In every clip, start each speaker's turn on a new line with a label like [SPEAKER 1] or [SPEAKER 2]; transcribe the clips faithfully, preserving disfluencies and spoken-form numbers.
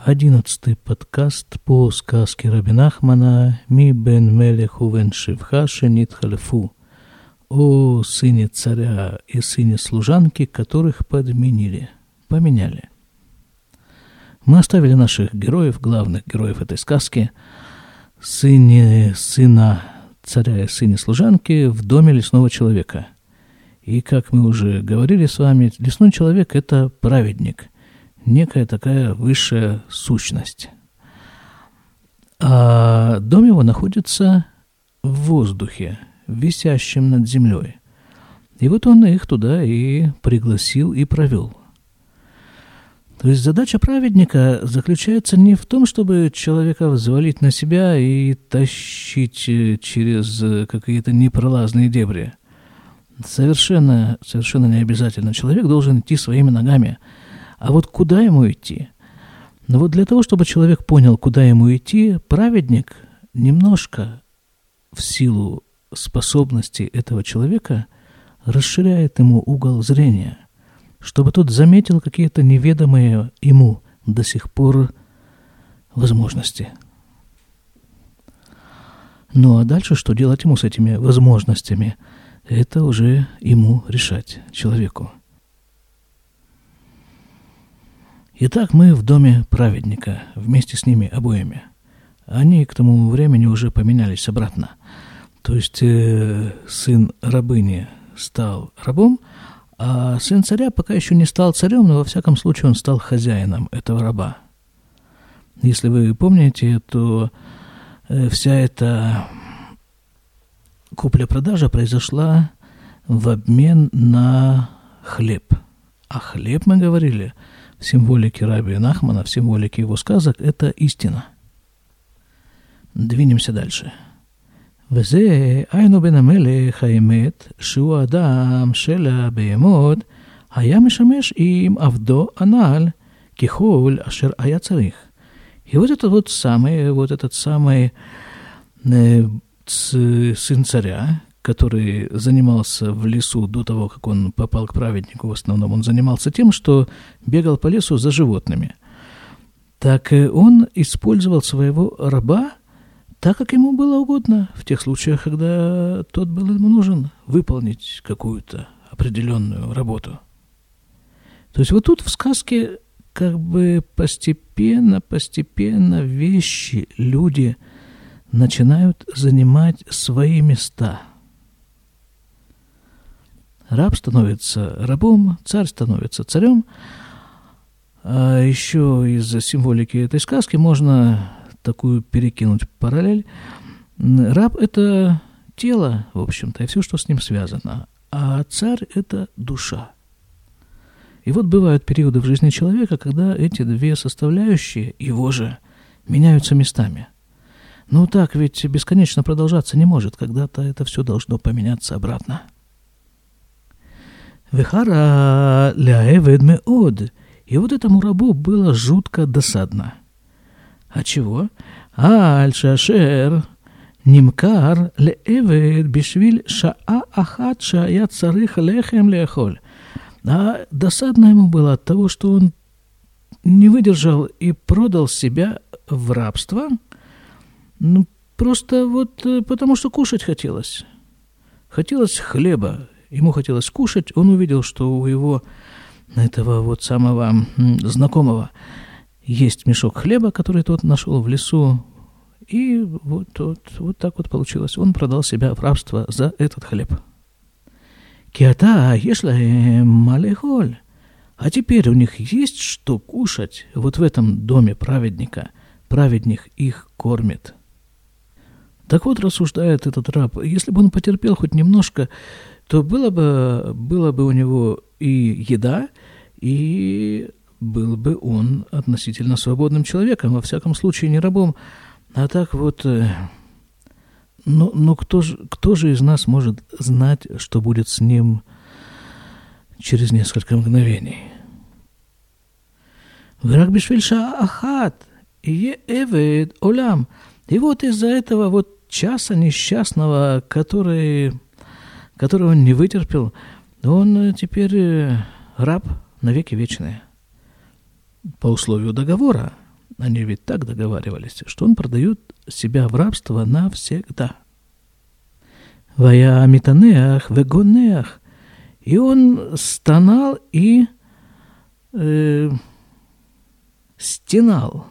[SPEAKER 1] Одиннадцатый подкаст по сказке Раби Нахмана «Ми бен мелех увен шивха шенит халефу» о сыне царя и сыне служанки, которых подменили, поменяли. Мы оставили наших героев, главных героев этой сказки, сыне, сына царя и сыне служанки в доме лесного человека. И, как мы уже говорили с вами, лесной человек – это праведник, некая такая высшая сущность. А дом его находится в воздухе, висящем над землей. И вот он их туда и пригласил, и провел. То есть задача праведника заключается не в том, чтобы человека взвалить на себя и тащить через какие-то непролазные дебри. Совершенно, совершенно не обязательно. Человек должен идти своими ногами. А вот куда ему идти? Но вот для того, чтобы человек понял, куда ему идти, праведник немножко в силу способностей этого человека расширяет ему угол зрения, чтобы тот заметил какие-то неведомые ему до сих пор возможности. Ну а дальше что делать ему с этими возможностями? Это уже ему решать, человеку. Итак, мы в доме праведника, вместе с ними обоими. Они к тому времени уже поменялись обратно. То есть э, сын рабыни стал рабом, а сын царя пока еще не стал царем, но во всяком случае он стал хозяином этого раба. Если вы помните, то э, вся эта купля-продажа произошла в обмен на хлеб. А хлеб, мы говорили, в символике Раби Нахмана, в символике его сказок, это истина. Двинемся дальше. וזה היינו בן המלך האמת שהוא האדם של הבהמות היה משמש עם עבדו הנעל ככל אשר היה צריך. И вот это вот самый, вот этот самый э, сын царя, который занимался в лесу до того, как он попал к праведнику, в основном он занимался тем, что бегал по лесу за животными. Так он использовал своего раба так, как ему было угодно, в тех случаях, когда тот был ему нужен выполнить какую-то определенную работу. То есть вот тут в сказке как бы постепенно, постепенно вещи, люди начинают занимать свои места. Раб становится рабом, царь становится царем. А еще из символики этой сказки можно такую перекинуть параллель. Раб – это тело, в общем-то, и все, что с ним связано. А царь – это душа. И вот бывают периоды в жизни человека, когда эти две составляющие его же меняются местами. Но так ведь бесконечно продолжаться не может. Когда-то это все должно поменяться обратно. «Вехара ляэвэд меод». И вот этому рабу было жутко досадно. А чего? «Аль шашер нимкар леэвэд бишвиль шаа ахат шая царых лехем лехоль». А досадно ему было от того, что он не выдержал и продал себя в рабство, ну, просто вот потому, что кушать хотелось. Хотелось хлеба. Ему хотелось кушать, он увидел, что у его этого вот самого знакомого есть мешок хлеба, который тот нашел в лесу, и вот, вот, вот так вот получилось. Он продал себя в рабство за этот хлеб. «Киата ешла малехоль». А теперь у них есть что кушать вот в этом доме праведника. Праведник их кормит. Так вот, рассуждает этот раб, если бы он потерпел хоть немножко, то было бы, было бы у него и еда, и был бы он относительно свободным человеком, во всяком случае не рабом. А так вот, ну, ну кто же, кто же из нас может знать, что будет с ним через несколько мгновений? «Враг бишвильша ахат, и эвед олам». И вот из-за этого вот часа несчастного, который... которого он не вытерпел, он теперь раб навеки вечные. По условию договора они ведь так договаривались, что он продает себя в рабство навсегда. «Вая митанеах вегонеах», и он стонал и э, стенал.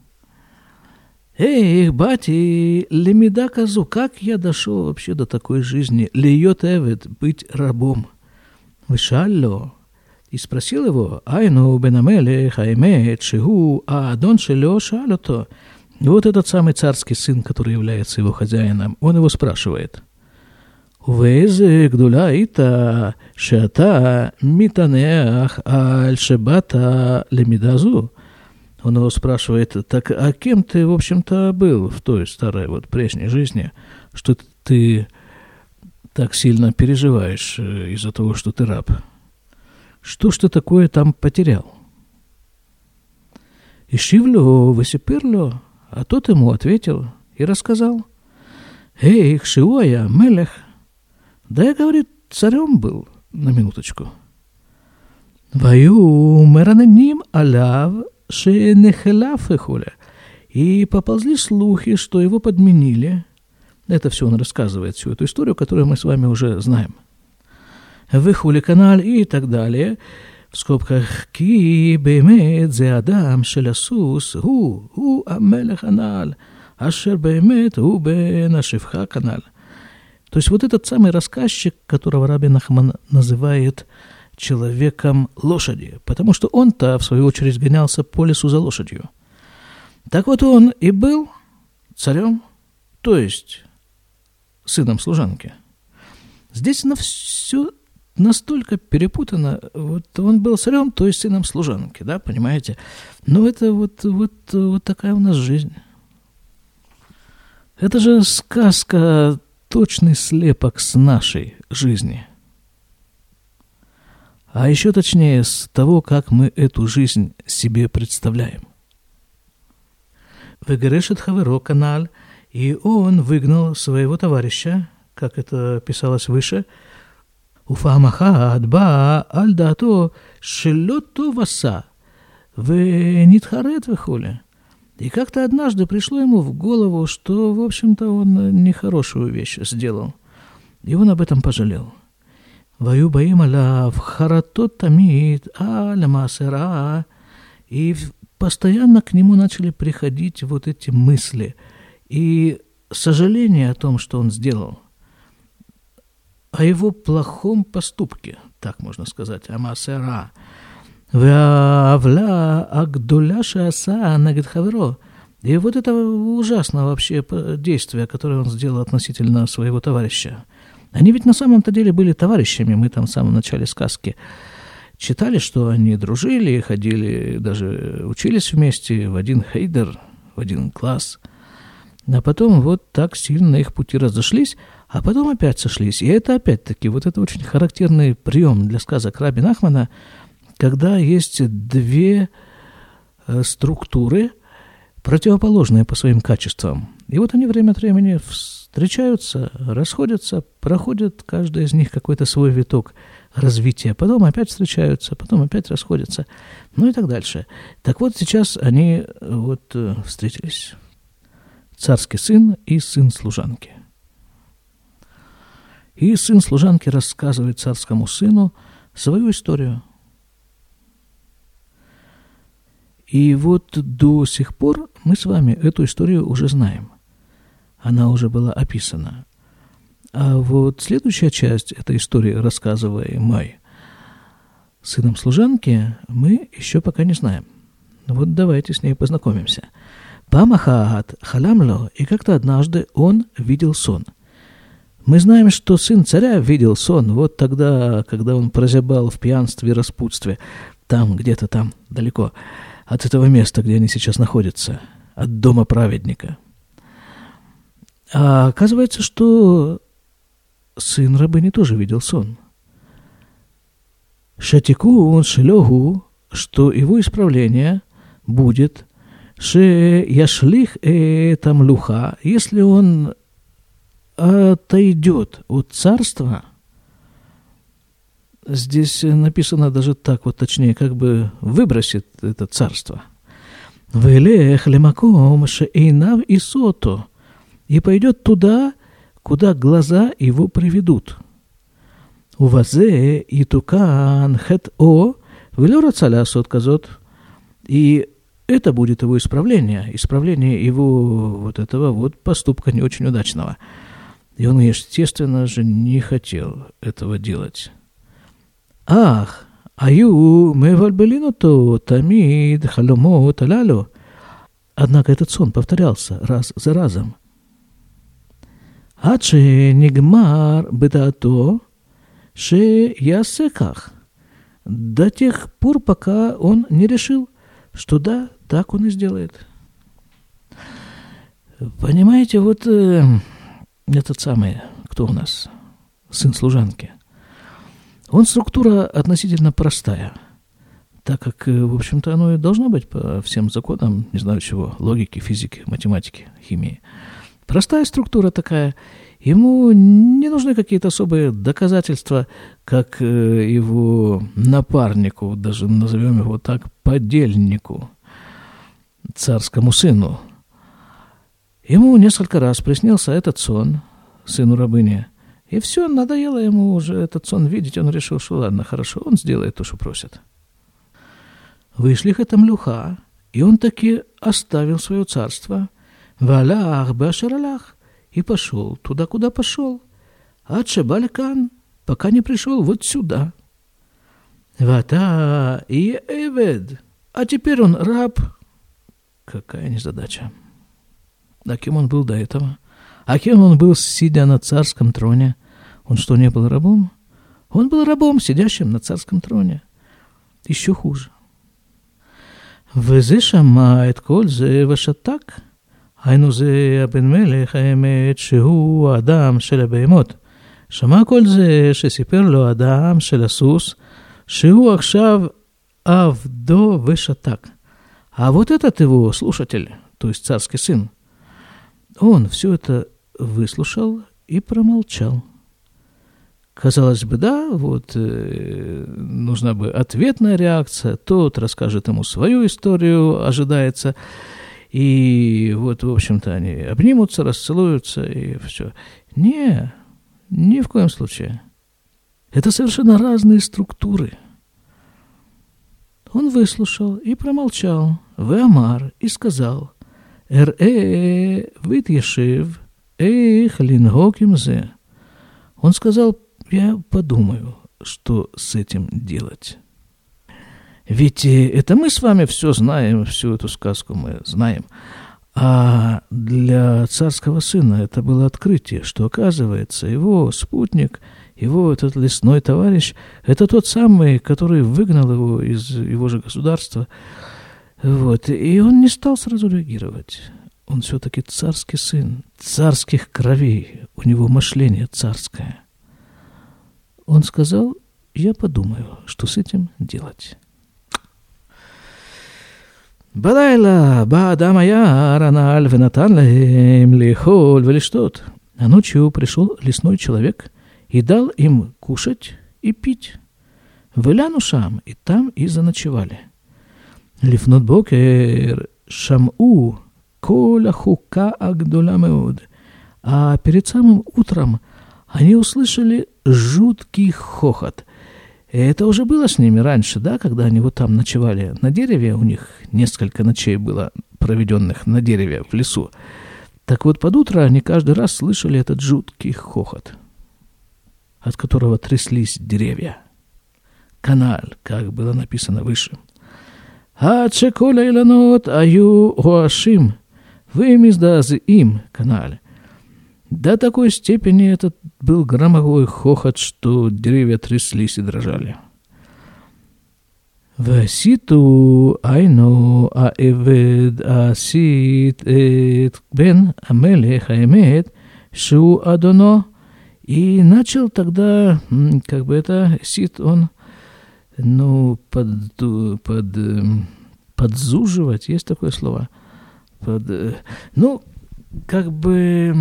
[SPEAKER 1] «Эй, бати, лемида казу, как я дошел вообще до такой жизни? Льет эвет, быть рабом». «Вышалло». И спросил его: «Айну бенамелех аймет шигу, а адон шелё шалото». Вот этот самый царский сын, который является его хозяином, он его спрашивает: «Увейзе гдуля ита шата митанеах аль шебата лемидазу». Он его спрашивает: «Так а кем ты, в общем-то, был в той старой вот прежней жизни, что ты так сильно переживаешь из-за того, что ты раб? Что ж ты такое там потерял?» И Шивлю высипырлю, а тот ему ответил и рассказал: «Эй, Хшиоя, мелех, да я, говорит, царем был, на минуточку. Ваю мерананим аляв шенехеляф эхуля». И поползли слухи, что его подменили. Это все он рассказывает, всю эту историю, которую мы с вами уже знаем. Выхули канал и так далее. В скобках «Ки беймет зе адам шелясус гу, гу амелех анал, ашер беймет гу бен ашивха канал». То есть вот этот самый рассказчик, которого Раби Нахман называет человеком лошади, потому что он-то, в свою очередь, гонялся по лесу за лошадью. Так вот он и был царем, то есть сыном служанки. Здесь на все настолько перепутано. Вот он был царем, то есть сыном служанки, да, понимаете? Но это вот, вот, вот такая у нас жизнь. Это же сказка, точный слепок с нашей жизни. А еще точнее с того, как мы эту жизнь себе представляем. Вегерешет хаверо канал, и он выгнал своего товарища, как это писалось выше, «Уфамахад ба альдато шелото васа венитхарет вехули». И как-то однажды пришло ему в голову, что, в общем-то, он нехорошую вещь сделал. И он об этом пожалел. «Ваю баим алав харатот тамид аля масера». И постоянно к нему начали приходить вот эти мысли и сожаление о том, что он сделал, о его плохом поступке, так можно сказать, амасера. Веавла агдуля шаса нагид хаверо. И вот это ужасное вообще действие, которое он сделал относительно своего товарища. Они ведь на самом-то деле были товарищами. Мы там в самом начале сказки читали, что они дружили, ходили, даже учились вместе в один хейдер, в один класс. А потом вот так сильно их пути разошлись, а потом опять сошлись. И это опять-таки, вот это очень характерный прием для сказок Раби Нахмана, когда есть две э, структуры, противоположные по своим качествам. И вот они время от времени встречаются, расходятся, проходят каждый из них какой-то свой виток развития, потом опять встречаются, потом опять расходятся, ну и так дальше. Так вот сейчас они вот э, встретились. Царский сын и сын служанки. И сын служанки рассказывает царскому сыну свою историю. И вот до сих пор мы с вами эту историю уже знаем. Она уже была описана. А вот следующая часть этой истории, рассказываемой сыном служанки, мы еще пока не знаем. Вот давайте с ней познакомимся. Памахаат халямло, и как-то однажды он видел сон. Мы знаем, что сын царя видел сон вот тогда, когда он прозябал в пьянстве и распутстве, там, где-то там, далеко от этого места, где они сейчас находятся, от дома праведника. А оказывается, что сын рабыни тоже видел сон. Шатику он шелегу, что его исправление будет ше яшлих э тамлуха, если он отойдет от царства. Здесь написано даже так вот точнее, как бы выбросит это царство. «Велех лемаком шеэйнав исото» и пойдет туда, куда глаза его приведут. «Увазе и тукан хэт о» велю рацаля сот казот. И это будет его исправление, исправление его вот этого вот поступка не очень удачного. И он, естественно же, не хотел этого делать. Ах, аю мевальбелинуто тамид халомот алялу. Однако этот сон повторялся раз за разом. Аче нигмар бедато ше ясеках. До тех пор, пока он не решил, что да, так он и сделает. Понимаете, вот э, этот самый, кто у нас, сын служанки, он структура относительно простая, так как, в общем-то, оно и должно быть по всем законам, не знаю чего, логики, физики, математики, химии. Простая структура такая. Ему не нужны какие-то особые доказательства, как его напарнику, даже назовем его так, подельнику, царскому сыну. Ему несколько раз приснился этот сон, сыну рабыни, и все, надоело ему уже этот сон видеть, он решил, что ладно, хорошо, он сделает то, что просит. Вышли к этому Млюха, и он таки оставил свое царство, валях башаралях, и пошел туда, куда пошел. Ад шебалькан, пока не пришел вот сюда. Вата и эвед, а теперь он раб. Какая незадача. А кем он был до этого? А кем он был, сидя на царском троне? Он что, не был рабом? Он был рабом, сидящим на царском троне. Еще хуже. Везе шамает коль зе вашатак. היינו זה הבן מלך האמת שהוא האדם של הבהמות. שמע כל זה שסיפר לו האדם של הסוס שהוא עכשיו עבדו ושתק. А вот этот его слушатель, то есть царский сын, он все это выслушал и промолчал. Казалось бы, да, вот э, нужна бы ответная реакция, тот расскажет ему свою историю, ожидается. И вот, в общем-то, они обнимутся, расцелуются, и все. Не, ни в коем случае. Это совершенно разные структуры. Он выслушал и промолчал. Веамар и сказал: «Эр-э, вит-ешив, эйх лингоким зе». Он сказал: «Я подумаю, что с этим делать». Ведь это мы с вами все знаем, всю эту сказку мы знаем. А для царского сына это было открытие, что, оказывается, его спутник, его этот лесной товарищ, это тот самый, который выгнал его из его же государства. Вот. И он не стал сразу реагировать. Он все-таки царский сын, царских кровей, у него мышление царское. Он сказал: «Я подумаю, что с этим делать». Бадайла, баадам аяр аналь венатан лаэм лехоль велиштот. А ночью пришел лесной человек и дал им кушать и пить. Выляну шам, и там и заночевали. Лифнот бокер шаму коля хука агдола меод. А перед самым утром они услышали жуткий хохот. Это уже было с ними раньше, да, когда они вот там ночевали на дереве, у них несколько ночей было проведенных на дереве в лесу. Так вот, под утро они каждый раз слышали этот жуткий хохот, от которого тряслись деревья. Каналь, как было написано выше. А чеколя иланот аю гоашим, вымиздаз им, каналь. До такой степени этот был громовой хохот, что деревья тряслись и дрожали. Васиту айно аэвед асит эт бен амелех аэмет шу адоно. И начал тогда, как бы это, сит он, ну, под, под, подзуживать, есть такое слово? Под, ну, как бы...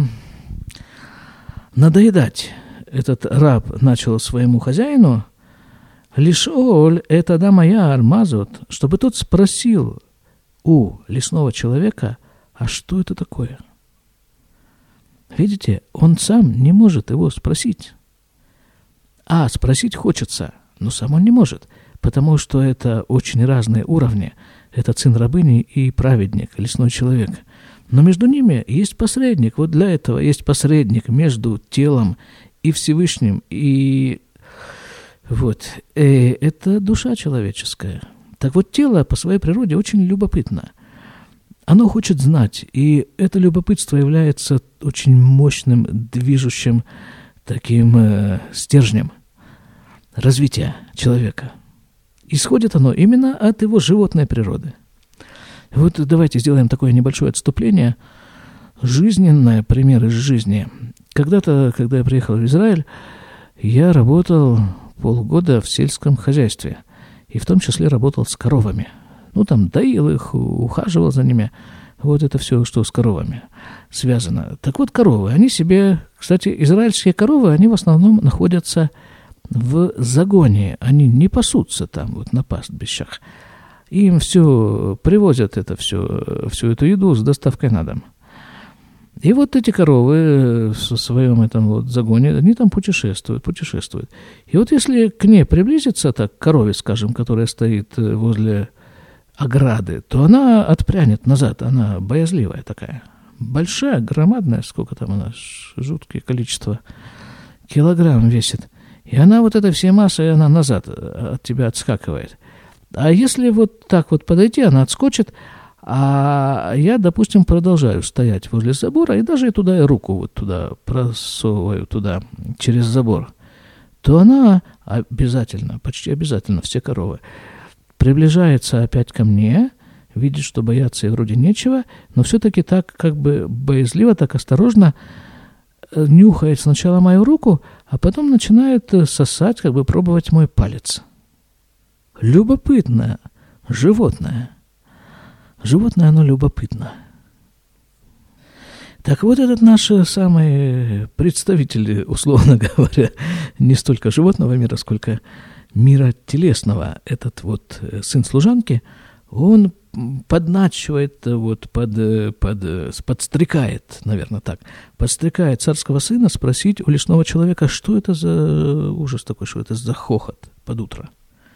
[SPEAKER 1] надоедать этот раб начал своему хозяину, лишь оль это да моя армазот, чтобы тот спросил, у лесного человека, а что это такое? Видите, он сам не может его спросить. А спросить хочется, но сам он не может, потому что это очень разные уровни. Это сын рабыни и праведник, лесной человек. Но между ними есть посредник. Вот для этого есть посредник между телом и Всевышним. И вот, и это душа человеческая. Так вот, тело по своей природе очень любопытно. Оно хочет знать, и это любопытство является очень мощным, движущим таким э, стержнем развития человека. Исходит оно именно от его животной природы. Вот давайте сделаем такое небольшое отступление. Жизненное, пример из жизни. Когда-то, когда я приехал в Израиль, я работал полгода в сельском хозяйстве. И в том числе работал с коровами. Ну, там, доил их, ухаживал за ними. Вот это все, что с коровами связано. Так вот, коровы, они себе... Кстати, израильские коровы, они в основном находятся в загоне. Они не пасутся там, вот на пастбищах. Им все привозят это все, всю эту еду с доставкой на дом. И вот эти коровы в своем этом вот загоне, они там путешествуют, путешествуют. И вот если к ней приблизиться, так, к корове, скажем, которая стоит возле ограды, то она отпрянет назад, она боязливая такая. Большая, громадная, сколько там она, жуткое количество килограмм весит. И она вот этой всей массой, она назад от тебя отскакивает. А если вот так вот подойти, она отскочит, а я, допустим, продолжаю стоять возле забора и даже туда и руку вот туда просовываю туда через забор, то она обязательно, почти обязательно, все коровы, приближается опять ко мне, видит, что бояться ей вроде нечего, но все-таки так как бы боязливо, так осторожно нюхает сначала мою руку, а потом начинает сосать, как бы пробовать мой палец. Любопытное животное. Животное, оно любопытно. Так вот, этот наш самый представитель, условно говоря, не столько животного мира, сколько мира телесного, этот вот сын служанки, он подначивает, вот, под, под, подстрекает, наверное, так, подстрекает царского сына спросить у лесного человека, что это за ужас такой, что это за хохот под утро.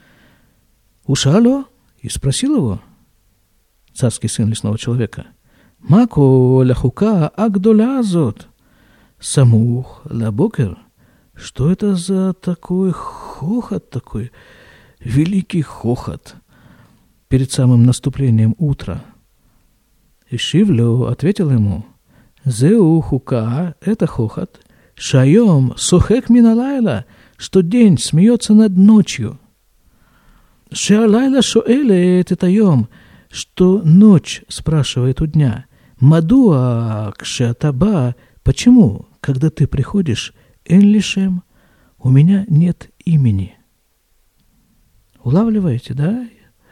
[SPEAKER 1] Ушало и спросил его, царский сын лесного человека, «Мако ляхука агдоля азот, самух лабокер». Что это за такой хохот, такой великий хохот перед самым наступлением утра? И Шивлю ответил ему, «Зеу хука, это хохот, шайом сохек миналайла, что день смеется над ночью. Шеалайла шоэле тетайом, что ночь спрашивает у дня. Мадуа кшеатаба, почему, когда ты приходишь, энлишем, у меня нет имени». Улавливаете, да?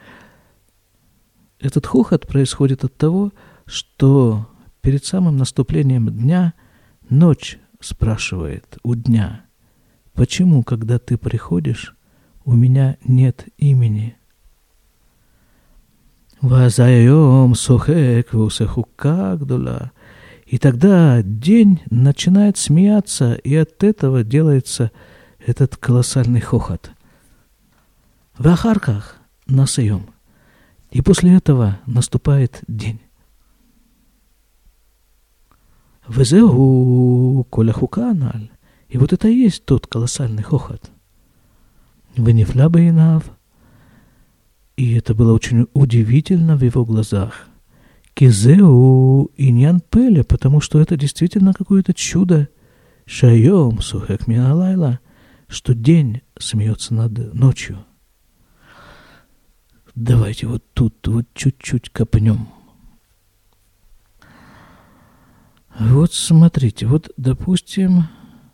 [SPEAKER 1] Этот хохот происходит от того, что перед самым наступлением дня ночь спрашивает у дня, почему, когда ты приходишь, у меня нет имени. Вазайом сохек вусехука гдула. И тогда день начинает смеяться, и от этого делается этот колоссальный хохот. В ахарках насаем. И после этого наступает день. Везеу коляхуканаль. И вот это и есть тот колоссальный хохот. Венефля бейнав. И это было очень удивительно в его глазах. Кизеу иньян пеле, потому что это действительно какое-то чудо. Шайом сухек миналайла, что день смеется над ночью. Давайте вот тут вот чуть-чуть копнем. Вот смотрите, вот, допустим,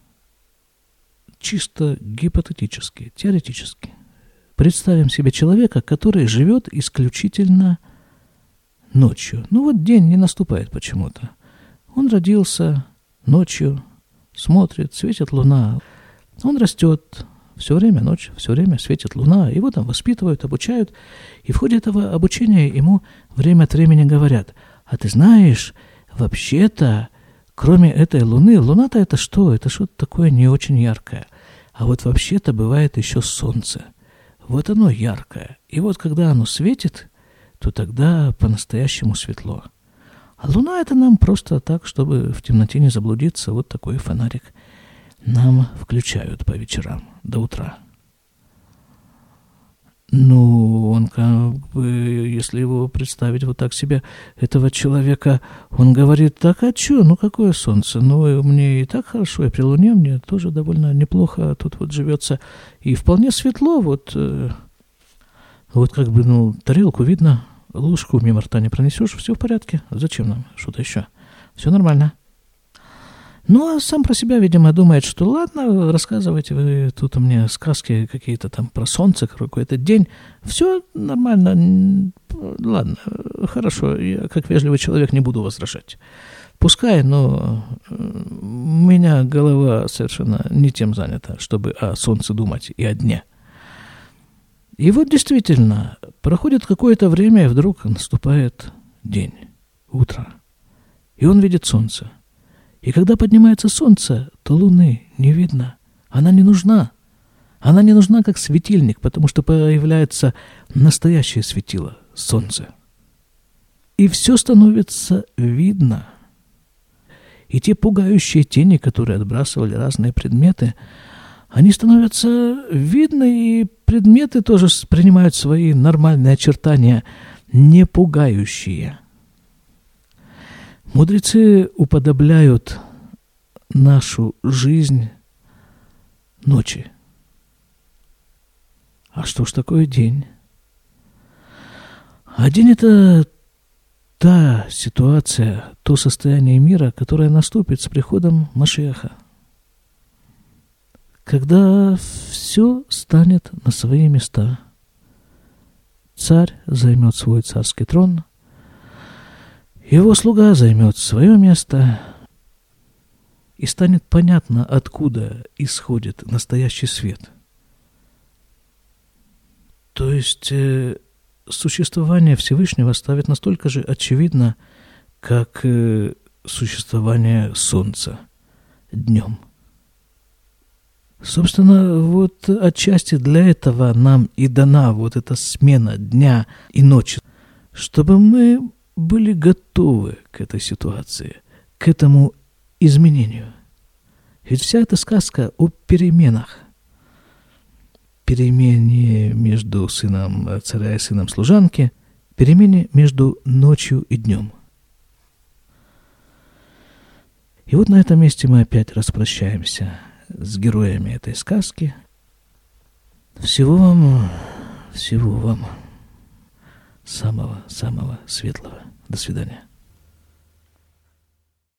[SPEAKER 1] чисто гипотетически, теоретически. Представим себе человека, который живет исключительно ночью. Ну вот день не наступает почему-то. Он родился ночью, смотрит, светит луна. Он растет, Все время ночь, все время светит луна, его там воспитывают, обучают. И в ходе этого обучения ему время от времени говорят: а ты знаешь, вообще-то, кроме этой луны, луна-то это что? Это что-то такое не очень яркое. А вот вообще-то бывает еще солнце. Вот оно яркое. И вот когда оно светит, то тогда по-настоящему светло. А луна это нам просто так, чтобы в темноте не заблудиться. Вот такой фонарик нам включают по вечерам до утра. Ну, он как бы, если его представить вот так себе, этого человека, он говорит: так, а что, ну какое солнце? Ну, мне и так хорошо, и при луне мне тоже довольно неплохо тут вот живется. И вполне светло, вот, э, вот как бы, ну, тарелку видно, ложку мимо рта не пронесешь, все в порядке. Зачем нам что-то еще? Все нормально. Ну, а сам про себя, видимо, думает, что ладно, рассказывайте вы тут мне сказки какие-то там про солнце, какой-то день. Все нормально, ладно, хорошо, я как вежливый человек не буду возражать. Пускай, но у меня голова совершенно не тем занята, чтобы о солнце думать и о дне. И вот действительно, проходит какое-то время, и вдруг наступает день, утро, и он видит солнце. И когда поднимается солнце, то луны не видно. Она не нужна. Она не нужна как светильник, потому что появляется настоящее светило — солнце. И все становится видно. И те пугающие тени, которые отбрасывали разные предметы, они становятся видны, и предметы тоже принимают свои нормальные очертания, не пугающие. Мудрецы уподобляют нашу жизнь ночи. А что ж такое день? А день — это та ситуация, то состояние мира, которое наступит с приходом Машиаха, когда все станет на свои места. Царь займет свой царский трон, его слуга займет свое место, и станет понятно, откуда исходит настоящий свет. То есть э, существование Всевышнего станет настолько же очевидно, как э, существование Солнца днем. Собственно, вот отчасти для этого нам и дана вот эта смена дня и ночи, чтобы мы были готовы к этой ситуации, к этому изменению. Ведь вся эта сказка о переменах, перемене между сыном царя и сыном служанки, перемене между ночью и днем. И вот на этом месте мы опять распрощаемся с героями этой сказки. Всего вам, всего вам самого-самого светлого. До свидания.